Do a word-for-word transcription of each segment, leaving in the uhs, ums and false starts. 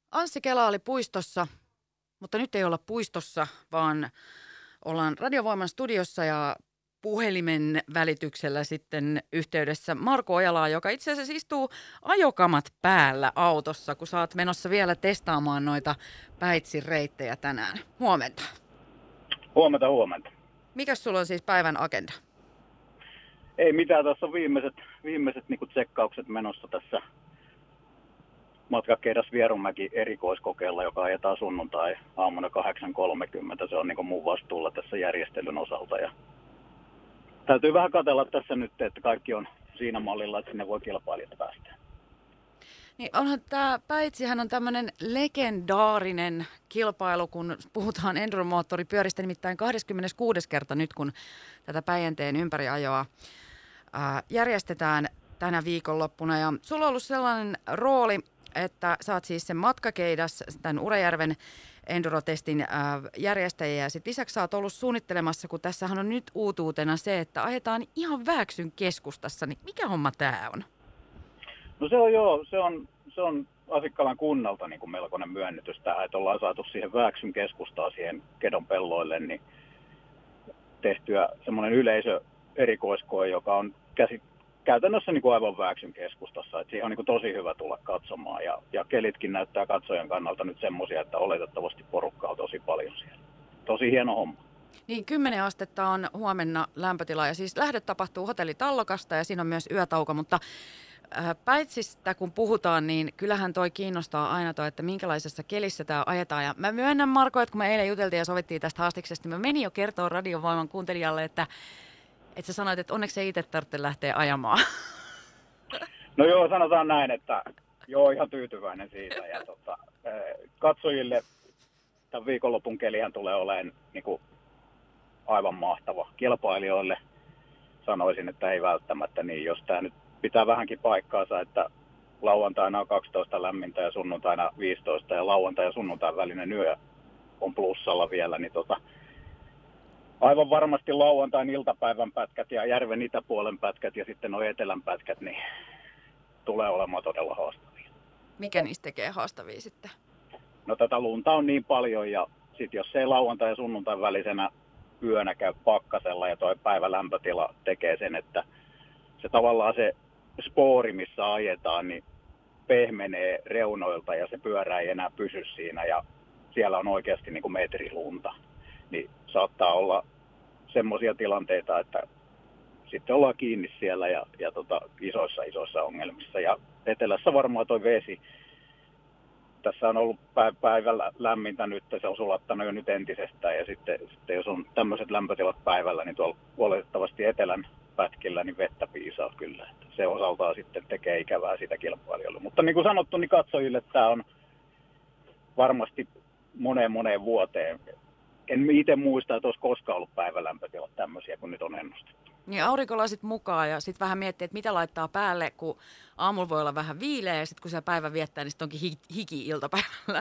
Anssi Kela oli puistossa, mutta nyt ei olla puistossa, vaan ollaan Radiovoiman studiossa ja puhelimen välityksellä sitten yhteydessä Marko Ojalaa, joka itse asiassa istuu ajokamat päällä autossa, kun sä oot menossa vielä testaamaan noita Päitsin reittejä tänään. Huomenta. Huomenta, huomenta. Mikäs sulla on siis päivän agenda? Ei mitään, tässä on viimeiset, viimeiset niin kuin tsekkaukset menossa tässä matkakehdas Vierumäki erikoiskokeella, joka ajetaan sunnuntai aamuna kahdeksan kolmekymmentä. Se on niin kuin mun vastuulla tässä järjestelyn osalta. Ja täytyy vähän katsella tässä nyt, että kaikki on siinä mallilla, että sinne voi kilpailijat päästä. Niin onhan tämä Päitsihän on tämmöinen legendaarinen kilpailu, kun puhutaan enduromoottoripyöristä, nimittäin kahdeskymmeneskuudes kerta nyt, kun tätä Päijänteen ympäriajoa ää, järjestetään tänä viikonloppuna. Ja sulla on ollut sellainen rooli, että sä oot siis sen matkakeidas, tämän Urajärven endurotestin ää, järjestäjä, ja sit lisäksi sä oot ollut suunnittelemassa, kun tässähän on nyt uutuutena se, että ajetaan ihan Vääksyn keskustassa, niin mikä homma tää on? No se on joo, se on, se on Asikkalan kunnalta niin kuin melkoinen myönnytys tähän, että ollaan saatu siihen Vääksyn keskustaan, siihen Kedon pelloille, niin tehtyä semmoinen yleisöerikoiskoe, joka on käsi, käytännössä niin kuin aivan Vääksyn keskustassa, että siihen on niin kuin tosi hyvä tulla katsomaan, ja, ja kelitkin näyttää katsojan kannalta nyt semmoisia, että oletettavasti porukkaa on tosi paljon siellä. Tosi hieno homma. Niin, kymmenen astetta on huomenna lämpötila, ja siis lähdöt tapahtuu hotelli Tallokasta, ja siinä on myös yötauko, mutta Päitsistä kun puhutaan, niin kyllähän toi kiinnostaa aina toi, että minkälaisessa kelissä tämä ajetaan. Ja mä myönnän, Marko, että kun me eilen juteltiin ja sovittiin tästä haastiksesta, niin mä menin jo kertoa Radiovoiman kuuntelijalle, että, että sä sanoit, että onneksi ei itse tarvitse lähteä ajamaan. No joo, sanotaan näin, että joo, ihan tyytyväinen siitä. Ja tota, katsojille tämän viikonlopun kelihän tulee olemaan niin kuin aivan mahtava. Kilpailijoille sanoisin, että ei välttämättä niin, jos tämä nyt pitää vähänkin paikkaansa, että lauantaina on kaksitoista lämmintä ja sunnuntaina viisitoista ja lauantai ja sunnuntain välinen yö on plussalla vielä, niin tota, aivan varmasti lauantain iltapäivän pätkät ja järven itäpuolen pätkät ja sitten nuo etelän pätkät, niin tulee olemaan todella haastavia. Mikä niistä tekee haastavia sitten? No tätä lunta on niin paljon, ja sitten jos ei lauantai ja sunnuntain välisenä yönä käy pakkasella ja tuo päivän lämpötila tekee sen, että se tavallaan se spoori, missä ajetaan, niin pehmenee reunoilta ja se pyörä ei enää pysy siinä ja siellä on oikeasti niin kuin metri lunta. Niin saattaa olla semmoisia tilanteita, että sitten ollaan kiinni siellä ja, ja tota, isoissa isoissa ongelmissa. Ja etelässä varmaan toi vesi, tässä on ollut päivällä lämmintä nyt, se on sulattanut jo nyt entisestään ja sitten, sitten jos on tämmöiset lämpötilat päivällä, niin tuolla oletettavasti etelän pätkillä niin vettä piisaa kyllä. Että se osaltaan sitten tekee ikävää sitä kilpailijoille. Mutta niin kuin sanottu, niin katsojille tämä on varmasti moneen moneen vuoteen. En itse muista, että olisi koskaan ollut päivälämpötilat tämmöisiä, kun nyt on ennustettu. Niin aurinkolasit mukaan ja sitten vähän miettii, että mitä laittaa päälle, kun aamulla voi olla vähän viileä ja sitten kun se päivä viettää, niin sitten onkin hiki iltapäivällä.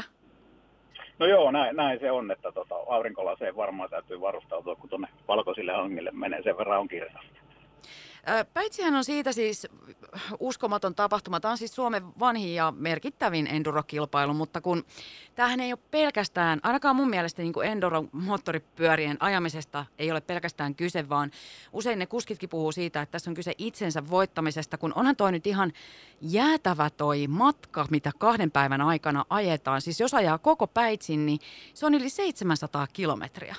No joo, näin, näin se on, että tota, aurinkolaseen varmaan täytyy varustautua, kun tuonne valkoisille hangille menee, sen verran on kirjasta. Päitsihän on siitä siis uskomaton tapahtuma. Tämä on siis Suomen vanhin ja merkittävin endurokilpailu, mutta kun tämähän ei ole pelkästään, ainakaan mun mielestä niin kuin enduro-moottoripyörien ajamisesta ei ole pelkästään kyse, vaan usein ne kuskitkin puhuu siitä, että tässä on kyse itsensä voittamisesta, kun onhan toi nyt ihan jäätävä toi matka, mitä kahden päivän aikana ajetaan. Siis jos ajaa koko Päitsin, niin se on yli seitsemänsataa kilometriä.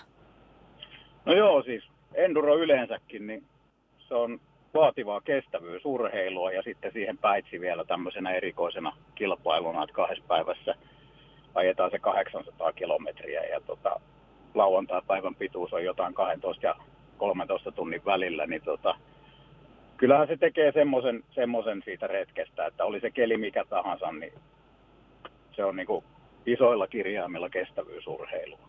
No joo, siis enduro yleensäkin, niin se on vaativaa kestävyysurheilua ja sitten siihen Päitsi vielä tämmöisenä erikoisena kilpailuna, että kahdessa päivässä ajetaan se kahdeksansataa kilometriä ja tota, lauantai-päivän pituus on jotain kaksitoista ja kolmentoista tunnin välillä, niin tota, kyllähän se tekee semmoisen, semmoisen siitä retkestä, että oli se keli mikä tahansa, niin se on niinku isoilla kirjaimilla kestävyysurheilua.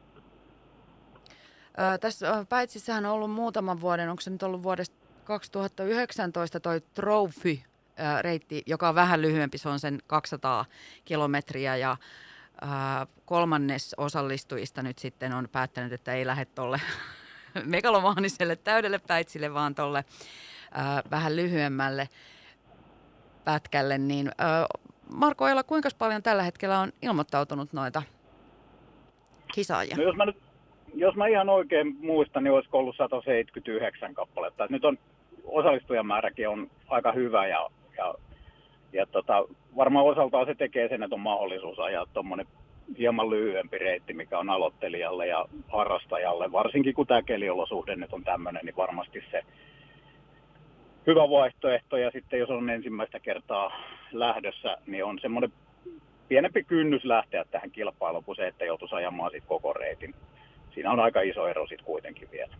Ää, tässä Päitsissähän on ollut muutaman vuoden, onko se nyt ollut vuodesta kaksituhattayhdeksäntoista toi Trophy-reitti, joka on vähän lyhyempi, se on sen kaksisataa kilometriä ja ää, kolmannes osallistujista nyt sitten on päättänyt, että ei lähde tuolle megalomaaniselle täydelle Päitsille, vaan tuolle vähän lyhyemmälle pätkälle, niin ää, Marko Ojala, kuinka paljon tällä hetkellä on ilmoittautunut noita kisaajia? No jos mä nyt, jos mä ihan oikein muistan, niin olisiko ollut sata seitsemänkymmentäyhdeksän kappaletta. Et nyt on, osallistujamääräkin on aika hyvä ja, ja, ja tota, varmaan osaltaan se tekee sen, että on mahdollisuus ajaa tuommoinen hieman lyhyempi reitti, mikä on aloittelijalle ja harrastajalle. Varsinkin kun tämä keliolosuhde nyt on tämmöinen, niin varmasti se hyvä vaihtoehto. Ja sitten jos on ensimmäistä kertaa lähdössä, niin on semmoinen pienempi kynnys lähteä tähän kilpailuun kuin se, että joutuisi ajamaan sit koko reitin. Siinä on aika iso ero sitten kuitenkin vielä.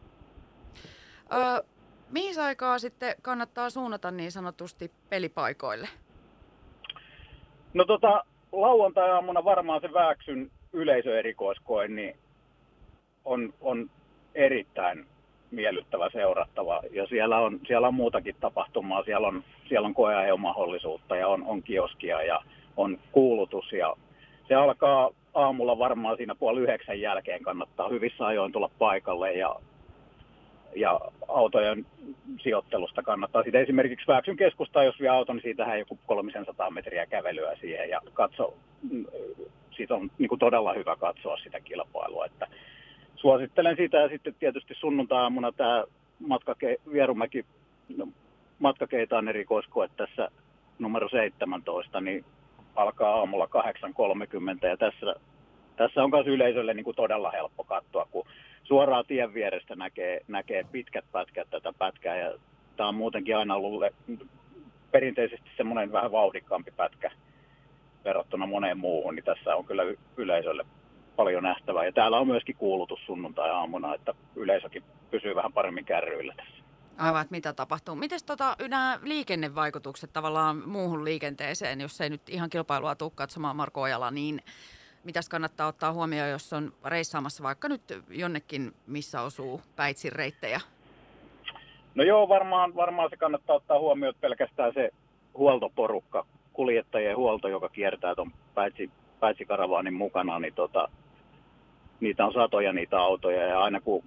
Öö, mihin aikaa sitten kannattaa suunnata niin sanotusti pelipaikoille? No tota, lauantai-aamuna varmaan se Vääksyn yleisöerikoiskoe niin on, on erittäin miellyttävä seurattava. Ja siellä on, siellä on muutakin tapahtumaa. Siellä on, siellä on koeajomahdollisuutta ja on, on kioskia ja on kuulutus. Ja se alkaa aamulla varmaan siinä puoli yhdeksän jälkeen. Kannattaa hyvissä ajoin tulla paikalle ja, ja autojen sijoittelusta kannattaa. Sitten esimerkiksi Vääksyn keskustaan, jos vie auto, niin siitähän joku kolmesataa metriä kävelyä siihen ja katso, siitä on niin kuin todella hyvä katsoa sitä kilpailua. Että suosittelen sitä ja sitten tietysti sunnuntai-aamuna tämä matkake, Vierumäki no, matkakeitaan erikoiskoe tässä numero seitsemäntoista, niin alkaa aamulla kahdeksan kolmekymmentä ja tässä, tässä on myös yleisölle niin kuin todella helppo katsoa, kun suoraan tien vierestä näkee, näkee pitkät pätkät tätä pätkää ja tämä on muutenkin aina ollut perinteisesti semmoinen vähän vauhdikkaampi pätkä verrattuna moneen muuhun, niin tässä on kyllä yleisölle paljon nähtävää. Ja täällä on myöskin kuulutus sunnuntai-aamuna, että yleisökin pysyy vähän paremmin kärryillä tässä. Aivan, että mitä tapahtuu. Miten tota, nämä liikennevaikutukset tavallaan muuhun liikenteeseen, jos ei nyt ihan kilpailua tule katsomaan Marko Ojala, niin mitäs kannattaa ottaa huomioon, jos on reissaamassa vaikka nyt jonnekin, missä osuu Päitsin reittejä? No joo, varmaan, varmaan se kannattaa ottaa huomioon pelkästään se huoltoporukka, kuljettajien huolto, joka kiertää tuon Päitsi, Päitsi-karavaanin mukana, niin tota, niitä on satoja niitä autoja ja aina kun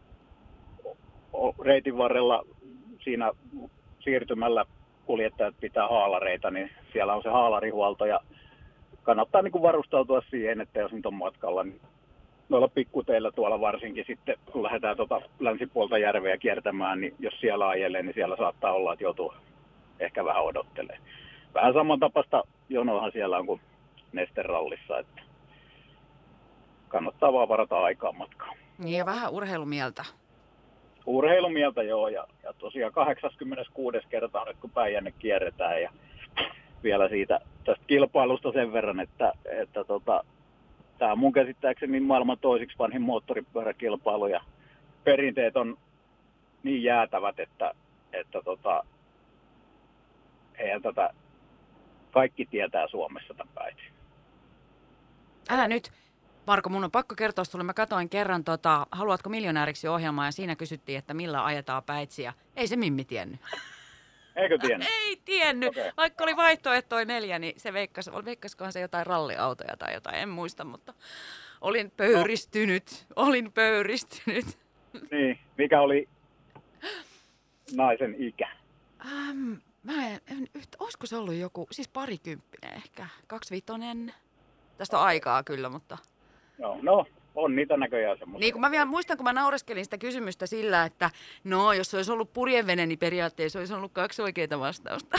reitin varrella siinä siirtymällä kuljettajat pitää haalareita, niin siellä on se haalarihuolto ja kannattaa niin kuin varustautua siihen, että jos nyt on matkalla, niin noilla pikkuteillä tuolla varsinkin sitten, kun lähdetään tuota länsipuolta järveä kiertämään, niin jos siellä ajelee, niin siellä saattaa olla, että joutuu ehkä vähän odottelemaan. Vähän samantapaista jonohan siellä on kuin Nesterallissa, että kannattaa vaan varata aikaa matkaan. Niin ja vähän urheilumieltä. Urheilumieltä joo, ja, ja tosiaan kahdeksaskymmeneskuudes kerta nyt kun Päijänne kierretään, ja vielä siitä tästä kilpailusta sen verran, että, että tota, tämä on mun käsittääkseni maailman toisiksi vanhin moottoripyöräkilpailu, ja perinteet on niin jäätävät, että, että tota, eihän tätä kaikki tietää Suomessa tämän Päitsin. Älä nyt. Marko, mun on pakko kertoa sulle. Mä katoin kerran, tota, Haluatko miljonääriksi -ohjelmaa ja siinä kysyttiin, että millä ajetaan Päitsiä. Ei se Mimmi tiennyt. Eikö tiennyt? Ei tiennyt. Okay. Vaikka oli vaihtoehtoja neljä, niin se veikkasi, veikkaskohan se jotain ralliautoja tai jotain, en muista, mutta olin pöyristynyt. Olin pöyristynyt. Niin, mikä oli naisen ikä? Ähm, mä en, en yhtä, olisiko se ollut joku, siis parikymppinen ehkä, kaksivitonen. Tästä on aikaa kyllä, mutta... Joo, no, on niitä näköjään semmoisia. Niin, kun mä vielä muistan, kun mä naureskelin sitä kysymystä sillä, että no, jos se olisi ollut purjevene, niin periaatteessa olisi ollut kaksi oikeaa vastausta.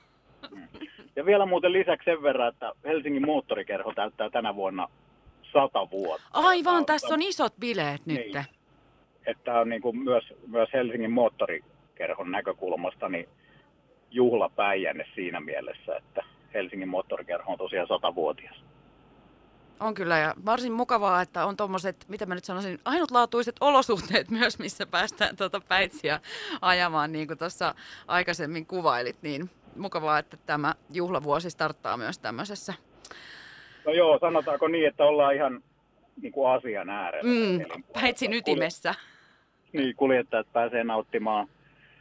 Ja vielä muuten lisäksi sen verran, että Helsingin moottorikerho täyttää tänä vuonna sata vuotta. Aivan, tässä on isot bileet nyt. Niin, että on niin kuin myös, myös Helsingin moottorikerhon näkökulmasta niin juhlapäijänne siinä mielessä, että Helsingin moottorikerho on tosiaan satavuotias. On kyllä, ja varsin mukavaa, että on tuommoiset, mitä mä nyt sanoisin, ainutlaatuiset olosuhteet myös, missä päästään tuota Päitsiä ajamaan, niin kuin tuossa aikaisemmin kuvailit, niin mukavaa, että tämä juhlavuosi starttaa myös tämmöisessä. No joo, sanotaanko niin, että ollaan ihan niin kuin asian äärellä. Mm, Päitsin ytimessä. Niin, kuljettajat pääsee nauttimaan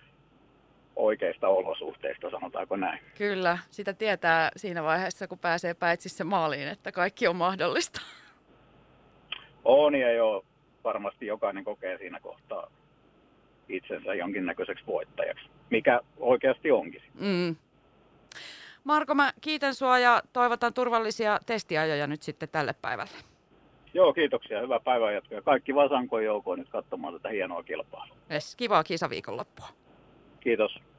oikeista olosuhteista, sanotaanko näin. Kyllä, sitä tietää siinä vaiheessa, kun pääsee Päitsissä maaliin, että kaikki on mahdollista. On ja joo, varmasti jokainen kokee siinä kohtaa itsensä jonkinnäköiseksi voittajaksi, mikä oikeasti onkin. Mm. Marko, mä kiitän sua ja toivotan turvallisia testiajoja nyt sitten tälle päivälle. Joo, kiitoksia. Hyvää päivänjatkoa. Kaikki Vasankoon joukkoon nyt katsomaan tätä hienoa kilpailua. Yes, kivaa kisaviikonloppua. Kiitos.